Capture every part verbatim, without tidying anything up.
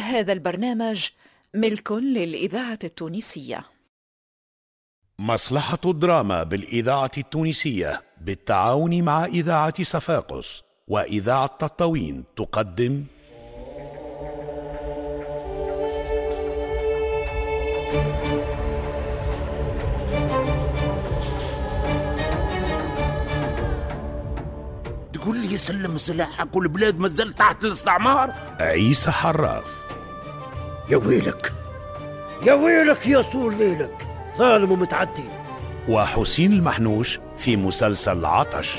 هذا البرنامج ملك للإذاعة التونسية. مصلحة الدراما بالإذاعة التونسية بالتعاون مع إذاعة صفاقس وإذاعة تطاوين تقدم تقول لي يسلم سلاحك والبلاد مازال تحت الاستعمار؟ عيسى حراث. يا ويلك يا ويلك يا طول ليلك، ظالم ومتعدي. وحسين المحنوش في مسلسل عطش.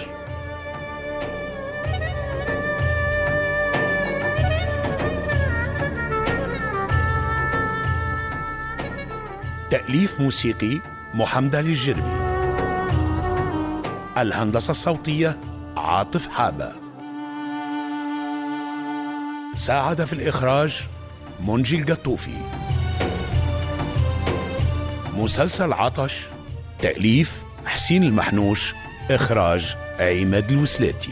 تأليف موسيقي محمد علي الجربي. الهندسة الصوتية عاطف حابة. ساعد في الإخراج منجي القطوفي. مسلسل عطش تأليف حسين المحنوش، إخراج عماد الوسلاتي.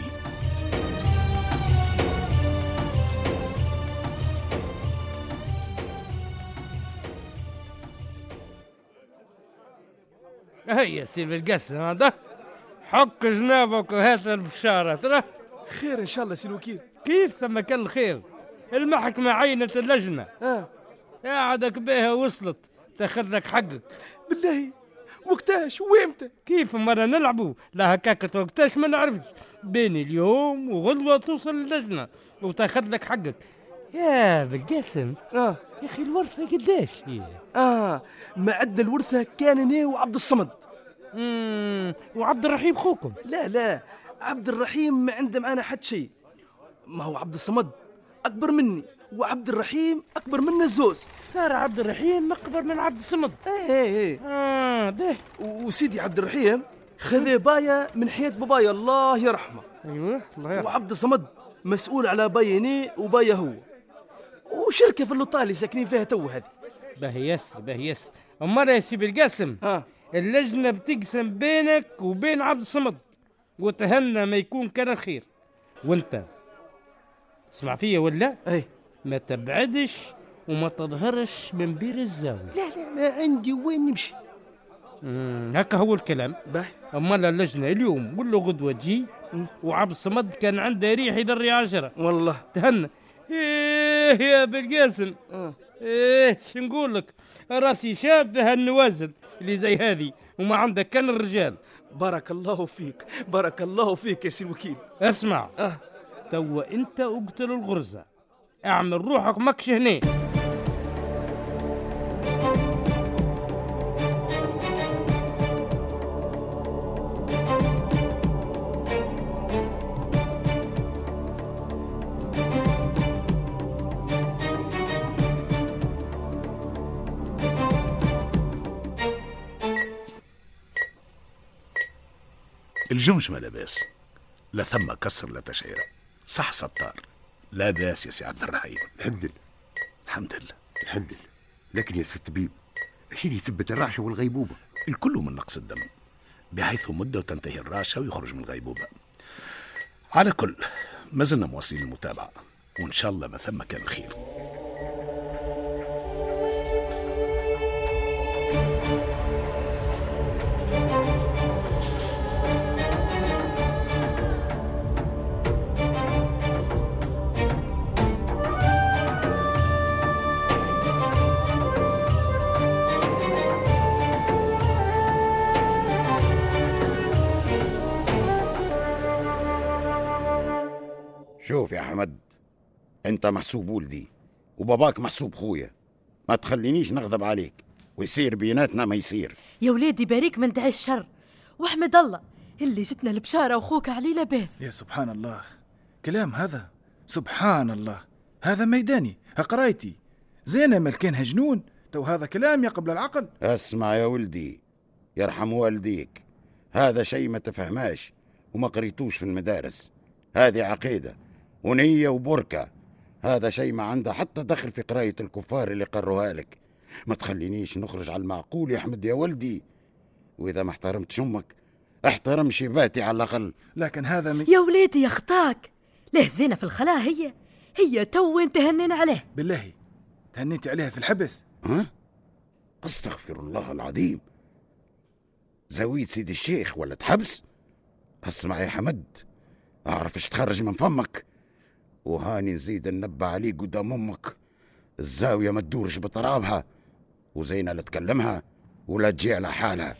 هيا سيدي القسم هذا، حك جنابك وهات البشارة. ترى خير ان شاء الله سي الوكيل. كيف ثم كان الخير؟ المحكمة عينت اللجنة اه قاعدك بها وصلت تاخذ لك حقك. بالله وقتاش وامتى؟ كيف مرة نلعبوا؟ لا هكاك وقتاش ما نعرفش، بيني اليوم وغدوة توصل اللجنة وتاخذ لك حقك. يا بالقاسم اه يا اخي الورثة قداش هي؟ اه معدل الورثة كان انا وعبد الصمد. امم وعبد الرحيم خوكم؟ لا لا عبد الرحيم ما عنده معنا حد شيء، ما هو عبد الصمد اكبر مني وعبد الرحيم اكبر منا الزوز. صار عبد الرحيم اكبر من عبد الصمد. ايه ايه ايه اه ده. وسيدي عبد الرحيم خذ بايا من حياة بابايا الله يرحمه. ايوه الله يرحمه. وعبد الصمد مسؤول على بايني وبايا هو، وشركة في اللوطال اللي ساكنين فيها تو هذه. باهي ياسر باهي ياسر. امال يا سيدي القاسم اه اللجنة بتقسم بينك وبين عبد الصمد، وتهنى ما يكون كان الخير. وانت اسمع فيا ولا اي ما تبعدش وما تظهرش من بير الزاوية. لا لا ما عندي وين نمشي. امم هكا هو الكلام. باهي امال اللجنة اليوم قول له غدوة تجي، وعبد الصمد كان عنده ريح يدري عشرة. والله تهنى. ايه يا بالقاسم آه. ايه شو نقول لك، راسي شابه النوازل اللي زي هذه وما عندك كان الرجال. بارك الله فيك بارك الله فيك يا سي الوكيل. اسمع اه توا انت اقتل الغرزة، اعمل روحك مكش هنا. الجمجمة لاباس، لا ثم كسر لا تشعيرة، صح ستار لا باس يا سي عبد الرحيم. الحمد لله الحمد لله الحمد لله. لكن يا ست طبيب شيل يثبت الرعشة والغيبوبة؟ الكل من نقص الدم، بحيث مدة تنتهي الرعشة ويخرج من الغيبوبة. على كل ما زلنا مواصلين المتابعة، وإن شاء الله ما ثم كان خير. شوف يا حمد، انت محسوب ولدي وباباك محسوب خويا، ما تخلينيش نغضب عليك ويصير بيناتنا ما يصير. يا ولادي باريك من دعي الشر، واحمد الله اللي جتنا البشارة وخوك علي لاباس. يا سبحان الله، كلام هذا سبحان الله، هذا ميداني قرايتي زينة ملكينها جنون، تو هذا كلام يا قبل العقل. اسمع يا ولدي يرحم والديك، هذا شيء ما تفهماش وما قريتوش في المدارس، هذه عقيدة ونية وبركة، هذا شيء ما عنده حتى دخل في قراية الكفار اللي قروها لك. ما تخلينيش نخرج على المعقول يا أحمد يا ولدي، وإذا ما احترمتش أمك احترم شيباتي على الأقل. لكن هذا من... يا وليدي يا خطاك، ليه زينة في الخلاء، هي هي تو انت هنين عليه. بالله تهنيتي عليها في الحبس. ها؟ استغفر الله العظيم، زاوية سيدي الشيخ ولا تحبس؟ اسمع يا حمد، اعرف ايش تخرج من فمك، وهاني نزيد ننبه عليك قدام امك. الزاوية ما تدورش بطرابها، وزينة لا تكلمها ولا تجي على حالها.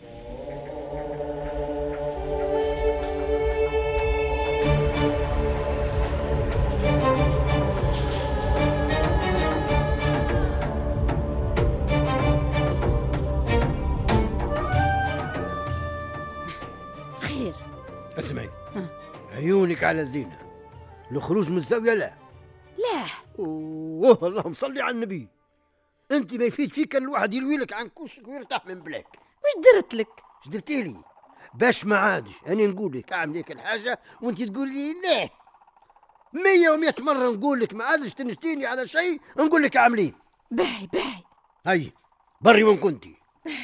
خير. اسمعي، عيونك على زينة، الخروج من الزاوية لا لا. اوه اللهم صلي على النبي. انت ما يفيد فيك الواحد يلويلك عن كوشك ويرتاح من بلاك. وش درت لك؟ اش درتي لي؟ باش ما عادش انا نقول لك اعمل لك الحاجه وانت تقول لي لا. مية ومية مره نقول لك ما عادش تنشتيني على شيء نقول لك اعمليه. باهي باهي. هاي بري وين كنتي.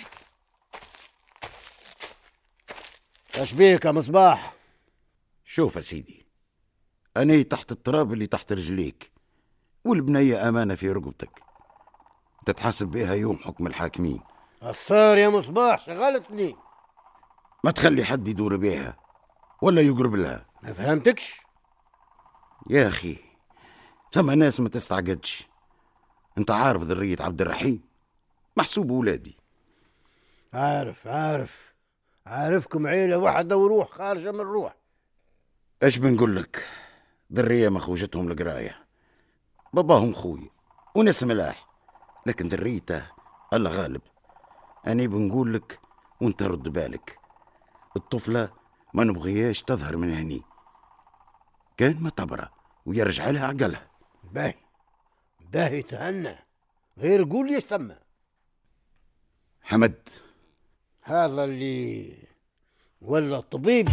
اش بيك يا مصباح؟ شوف يا سيدي، أنا تحت التراب اللي تحت رجليك، والبنية أمانة في رقبتك تتحاسب بها يوم حكم الحاكمين. الصار يا مصباح شغلتني. ما تخلي حد يدور بيها ولا يقرب لها. ما فهمتكش يا أخي، ثم ناس ما تستعقدش. أنت عارف ذرية عبد الرحيم محسوب ولادي. عارف عارف عارفكم عيلة واحدة وروح خارجة من روح. ايش بنقول لك، ذرية ما خوجتهم القراية، باباهم خوي وناس ملاح، لكن ذريته الله غالب. أنا بنقول لك وانت رد بالك، الطفلة ما نبغياش تظهر من هني، كان ما تبرى ويرجع لها عقلها. باهي باهي تهنى، غير قول لي ايش تم. حمد هذا اللي ولا الطبيب.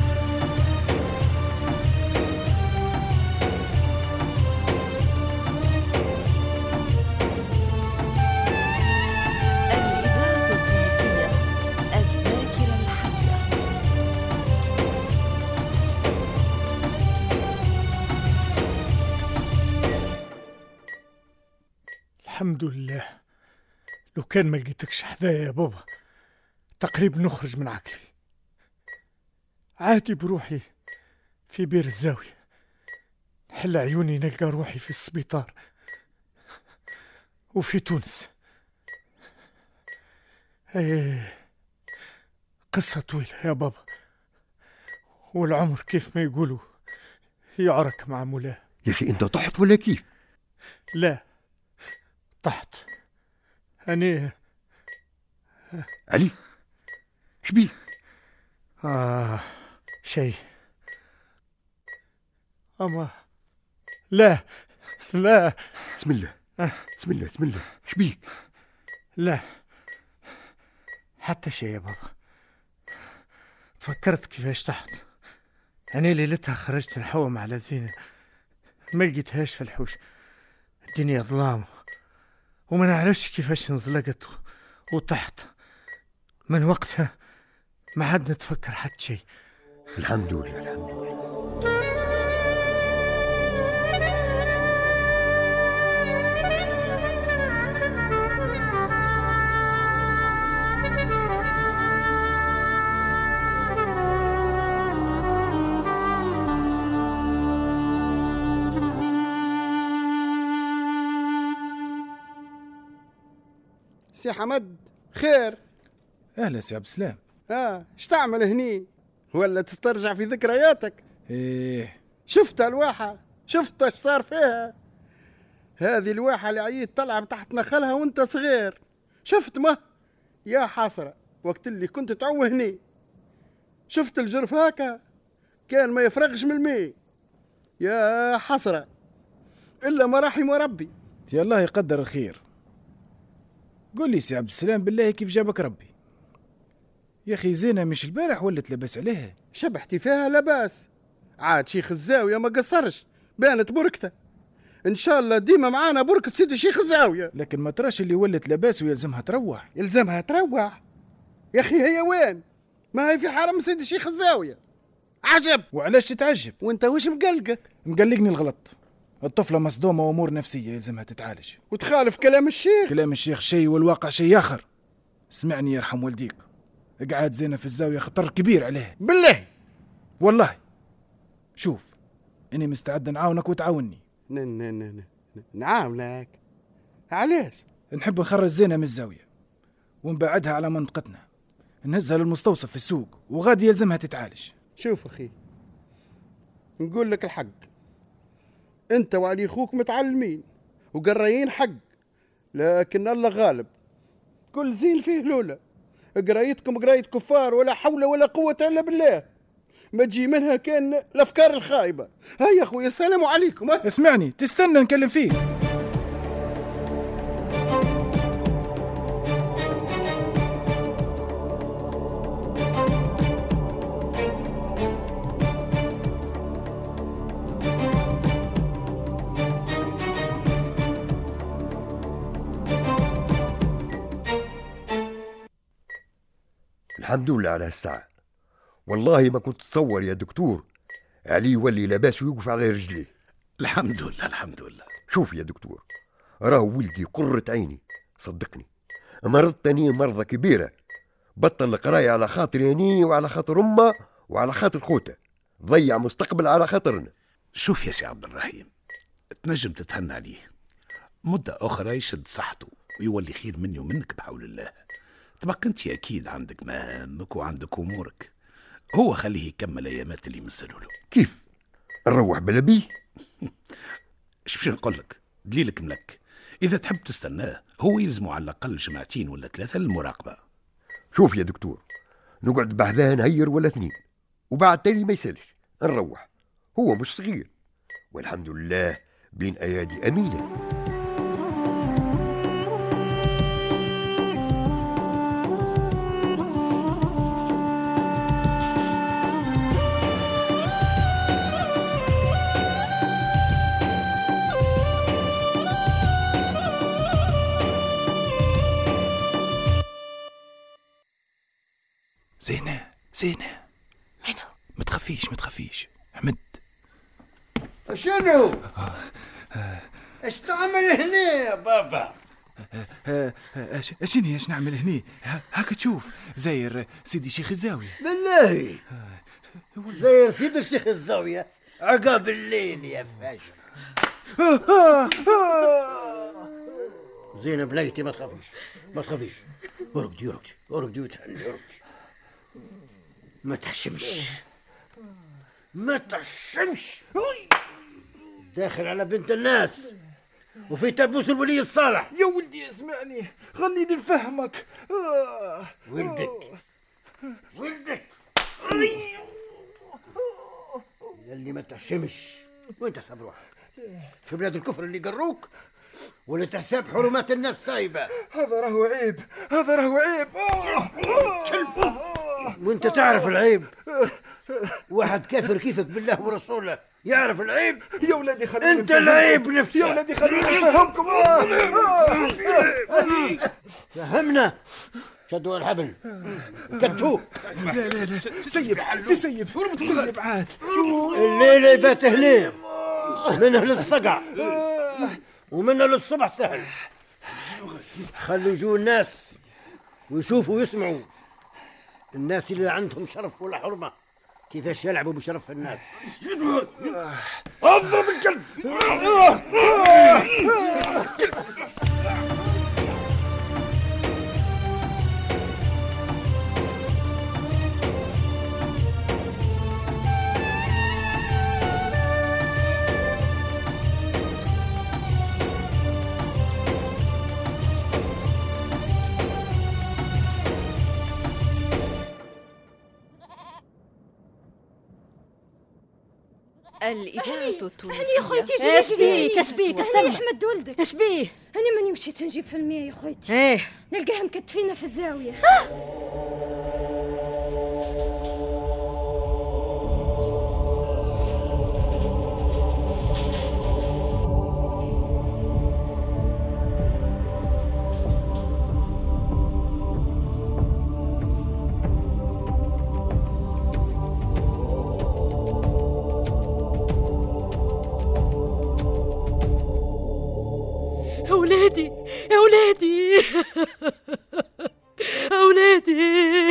الإذاعة التونسية الذاكرة الحية. الحمد لله، لو كان ما لقيتكش حدايا يا بابا تقريبا نخرج من عقلي. عادي بروحي في بير الزاوية، نحل عيوني نلقى روحي في السبيطار وفي تونس. ايه قصة طويلة يا بابا، والعمر كيف ما يقولوا يعرك مع مولاه. يا اخي انت طحت ولا كيف؟ لا طحت أنا. علي شبيه؟ آه شيء، أما لا لا. بسم الله بسم الله بسم الله. شبيك؟ لا حتى شيء يا بابا. تفكرت كيفاش تحت. أنا ليلتها خرجت نحوم على زينة، ما لقيتهاش في الحوش، الدنيا ظلام وما نعرفش كيفاش انزلقت وطحت. من وقتها ما عاد نتفكر حتى شيء. الحمد لله الحمد لله. سي حمد خير؟ اهلا سي عبد السلام. اه اش تعمل هني؟ ولا تسترجع في ذكرياتك؟ ايه شفت الواحة؟ شفت اش صار فيها؟ هذه الواحة اللي عييت تلعب تحت نخلها وانت صغير، شفت ما؟ يا حسرة وقت اللي كنت تعوه هني. شفت الجرف هاكا كان ما يفرغش من الماء. يا حسرة إلا ما رحم ربي. يا الله يقدر الخير. قول لي سي عبد السلام بالله كيف جابك ربي؟ يا أخي زينة مش البارح ولت لباس عليها. شبحتي فيها لباس، عاد شيخ الزاوية ما قصرش، بانت بركته. إن شاء الله ديما معانا بركة سيدي شيخ الزاوية. لكن ما تراش اللي ولت لباس ويلزمها تروح. يلزمها تروح يا أخي، هي وين؟ ما هي في حرم سيدي شيخ الزاوية. عجب. وعلاش تتعجب؟ وانت وش مقلقك؟ مقلقني الغلط. الطفلة مصدومة وأمور نفسية يلزمها تتعالج. وتخالف كلام الشيخ؟ كلام الشيخ شيء والواقع شيء آخر. اسمعني يرحم والديك، قعد زينة في الزاوية خطر كبير عليه. بالله والله شوف، إني مستعد نعاونك وتعاوني. ن ن ن نعاونك علاش؟ نحب نخرج زينة من الزاوية ونبعدها على منطقتنا، نهزها للمستوصف في السوق وغادي يلزمها تتعالج. شوف أخي، نقول لك الحق، أنت وعلي خوك متعلمين وقرايين حق، لكن الله غالب، كل زين فيه لولا. قرايتكم قراية كفار، ولا حول ولا قوة إلا بالله، ما تجي منها كان الأفكار الخايبة. هيا أخويا السلام عليكم. اسمعني، تستنى نكلم فيك. الحمد لله على هالساعة، والله ما كنت تصور يا دكتور علي يولي لاباس ويوقف على رجليه. الحمد لله الحمد لله. شوف يا دكتور، راه ولدي قرة عيني، صدقني. مرض تاني مرضى كبيرة، بطل القراية على خاطر ياني وعلى خاطر أمه وعلى خاطر خوته، ضيع مستقبل على خاطرنا. شوف يا سي عبد الرحيم، تنجم تتهنى عليه، مدة أخرى يشد صحته ويولي خير مني ومنك بحول الله. طبعا انت اكيد عندك مهامك وعندك امورك، هو خليه يكمل ايامات اللي يمثلوا له. كيف نروح بلا بيه؟ ايش باش نقول لك؟ دليلك ملك، اذا تحب تستناه هو يلزمه على الاقل جمعتين ولا ثلاثه للمراقبه. شوف يا دكتور، نقعد بحذاه نهير ولا اثنين وبعد تالي ما يسالش نروح، هو مش صغير والحمد لله بين ايادي امينه. زينة زينة، منو؟ ما تخافيش ما تخافيش. حمد شنو؟ اش تعمل هنا يا بابا؟ اشني اش نعمل هني؟ هاك تشوف زاير سيدي شيخ الزاوية. بالله زاير سيدك شيخ الزاوية عقاب الليل يا فاشل. زينب بنيتي ما تخافيش ما تخافيش، ارقدي ارقدي ارقدي وتهني ارقدي، ما تحشمش ما تحشمش. داخل على بنت الناس وفي تابوت الولي الصالح. يا ولدي اسمعني، خليني نفهمك. آه. ولدك ولدك يلي ما تحشمش وانت ساب روحك في بلاد الكفر اللي قروك، ولا تحسب حرمات الناس سايبه. هذا راهو عيب، هذا راهو عيب. وانت تعرف العيب؟ واحد كافر كيفك بالله ورسوله يعرف العيب؟ يا ولادي خليني انت العيب نفسك. يا ولادي خليني افهمكم. فهمنا. شدوا الحبل كتفوه. لا لا لا تسيب تسيب تسيب عاد. الليله يبات هنا منه للصقع ومنه للصبح سهل. خلوا يجوا الناس ويشوفوا ويسمعوا الناس اللي عندهم شرف ولا حرمة كيفاش يلعبوا بشرف الناس. اضرب الكلب. الإذاعة التونسية. هاني يا خويتي جي اش بيك اش بيك استنى احمد ولدك اش بيه؟ هاني ماني مشيت نجيب في المية يا خويتي. ايه نلقاها مكتفينا في الزاوية. يا ولادي أولادي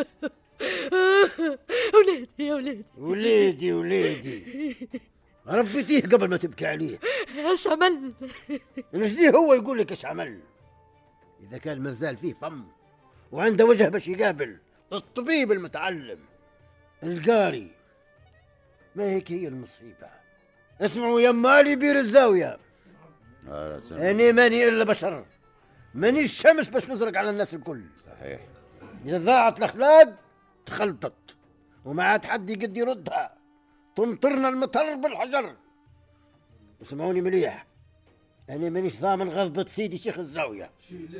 أولادي يا ولادي وليدي وليدي ربيتيه قبل ما تبكي عليه. ايش عمل؟ نجديه هو يقول لك ايش عمل. إذا كان مازال فيه فم وعنده وجه باش يقابل الطبيب المتعلم القاري، ما هيك هي المصيبة. اسمعوا يا مالي بير الزاوية، أنا ماني إلا بشر، ماني الشمس باش نزرق على الناس الكل. صحيح. إذا ضاعت الأخلاق تخلطت وما عاد حد يقد يردها، تمطرنا المطر بالحجر. اسمعوني مليح، أنا مانيش ضامن غضبة سيدي شيخ الزاوية.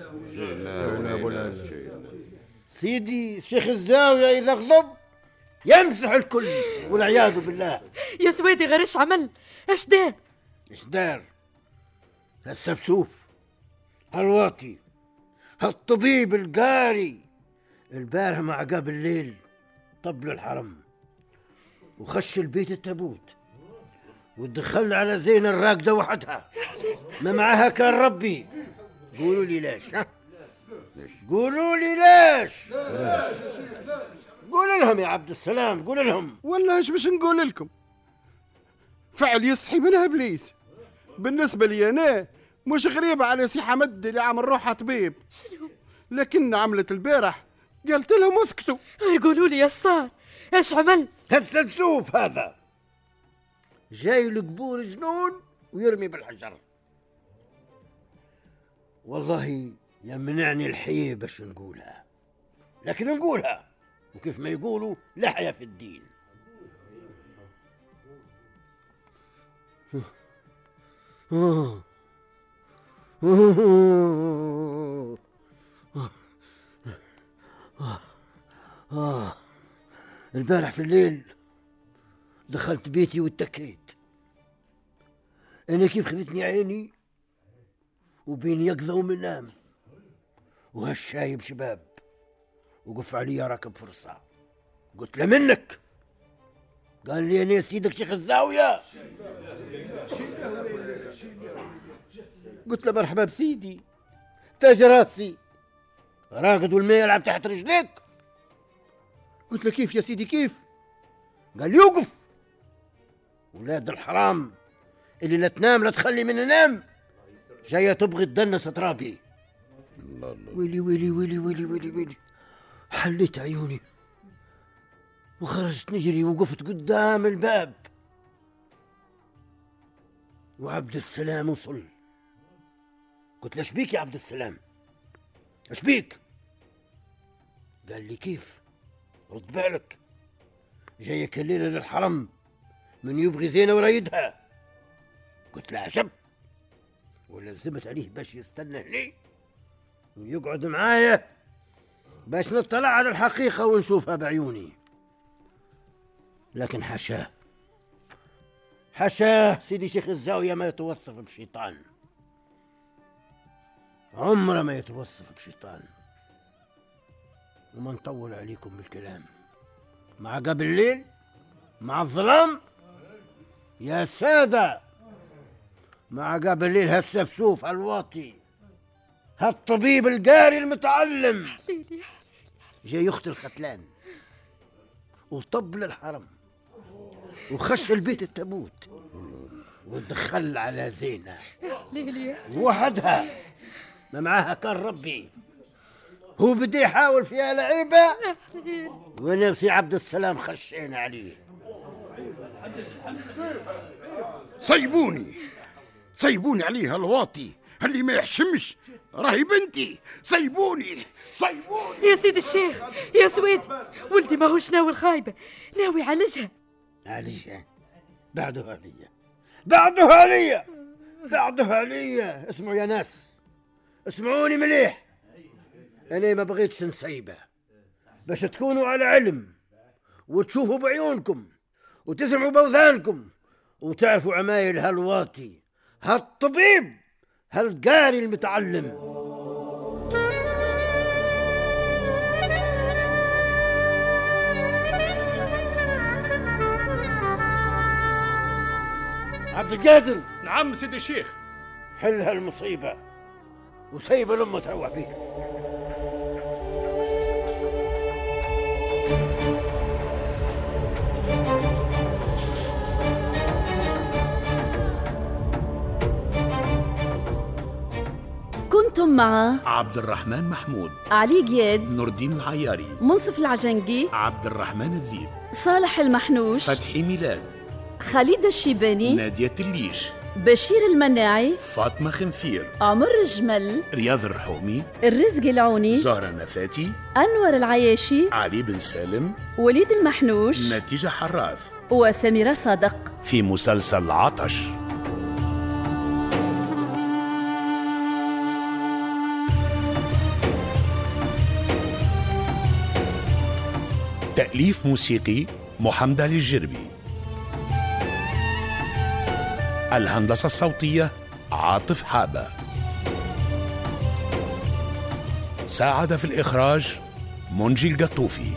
سيدي شيخ الزاوية إذا غضب يمسح الكل والعياذ بالله. يا سويدي غير ايش عمل؟ ايش دار؟ ايش دار؟ هالسفسوف هالواطي هالطبيب القاري البارح مع عقاب الليل طبل الحرم وخش البيت التابوت ودخل على زين الراقدة وحدها ما معها كان ربي. قولوا لي ليش؟ ها؟ قولوا لي ليش؟ قول لهم يا عبد السلام، قول لهم. والله ايش باش نقول لكم؟ فعل يستحي منها ابليس. بالنسبه لي انا مش غريبه على سي حمد اللي عمل روحها طبيب. شنو؟ لكن عملت البارح قالت لهم اسكتوا. قولوا لي يا صار ايش عمل؟ هالسلسوف هذا جاي لقبور جنون ويرمي بالحجر. والله يمنعني الحي باش نقولها، لكن نقولها وكيف ما يقولوا لا حياة في الدين. آه. آه. آه. آه. البارح في الليل دخلت بيتي واتكيت. أنا كيف خذتني عيني وبين يقظة ومنام وهالشايب شباب وقف علي راكب فرصة. قلت له منك. قال لي أنا سيدك شيخ الزاوية. قلت له مرحبا بسيدي، تاج راسي راقد والماء يلعب تحت رجليك. قلت له كيف يا سيدي كيف؟ قال لي وقف. ولاد الحرام اللي لا تنام لا تخلي من ننام جايه تبغي تدنس ترابي. ويلي ويلي ويلي ويلي ويلي ويلي حليت عيوني وخرجت نجري وقفت قدام الباب وعبد السلام وصل. قلت له ايش بيك يا عبد السلام؟ ايش بيك؟ قال لي كيف؟ رد بالك جايك الليلة للحرم من يبغي زينة ورايدها. قلت له عجب، ولزمت عليه باش يستنى هني ويقعد معايا باش نطلع على الحقيقة ونشوفها بعيوني. لكن حشاه حشاه سيدي شيخ الزاوية ما يتوصف بشيطان، عمره ما يتوصف بشيطان. وما نطول عليكم بالكلام، مع قبل الليل مع الظلام يا سادة، مع قبل الليل هالسفسوف هالواطي هالطبيب القاري المتعلم جاي يقتل ختلان وطبل الحرم وخش البيت التابوت ودخل على زينة وحدها ما معاها كان ربي. هو بدي يحاول فيها لعيبة وانا وسي عبد السلام خشينا عليه. صيبوني صيبوني عليها الواطي اللي ما يحشمش، راهي بنتي. صيبوني صيبوني يا سيد الشيخ. يا سويد ولدي ماهوش ناوي الخايبة، ناوي يعالجها. عالجها؟ بعدها عليا بعدها عليا بعدها عليا. اسمعوا يا ناس، اسمعوني مليح. أنا ما بغيتش نسيبه باش تكونوا على علم وتشوفوا بعيونكم وتسمعوا بوذانكم وتعرفوا عمايل هالواطي هالطبيب هالقاري المتعلم. عبد القادر. نعم سيدي الشيخ. حل هالمصيبة وسيب الأم تروح بيه. كنتم مع عبد الرحمن محمود، علي قياد، نور الدين العياري، منصف العجنقي، عبد الرحمن الذيب، صالح المحنوش، فتحي ميلاد، خالد الشيباني، نادية الليش، بشير المناعي، فاطمة خنفير، عمر الجمل، رياض الرحومي، الرزق العوني، زهرة نفاتي، أنور العياشي، علي بن سالم، وليد المحنوش، نتيجة حراث، وسميرة صادق، في مسلسل عطش. تأليف موسيقي محمد علي الجربي، الهندسة الصوتية عاطف حابة، ساعد في الإخراج منجي القطوفي.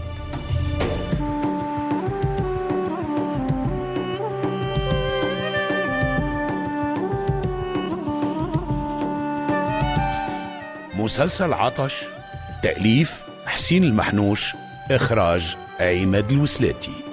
مسلسل عطش، تأليف حسين المحنوش، إخراج عماد الوسلاتي.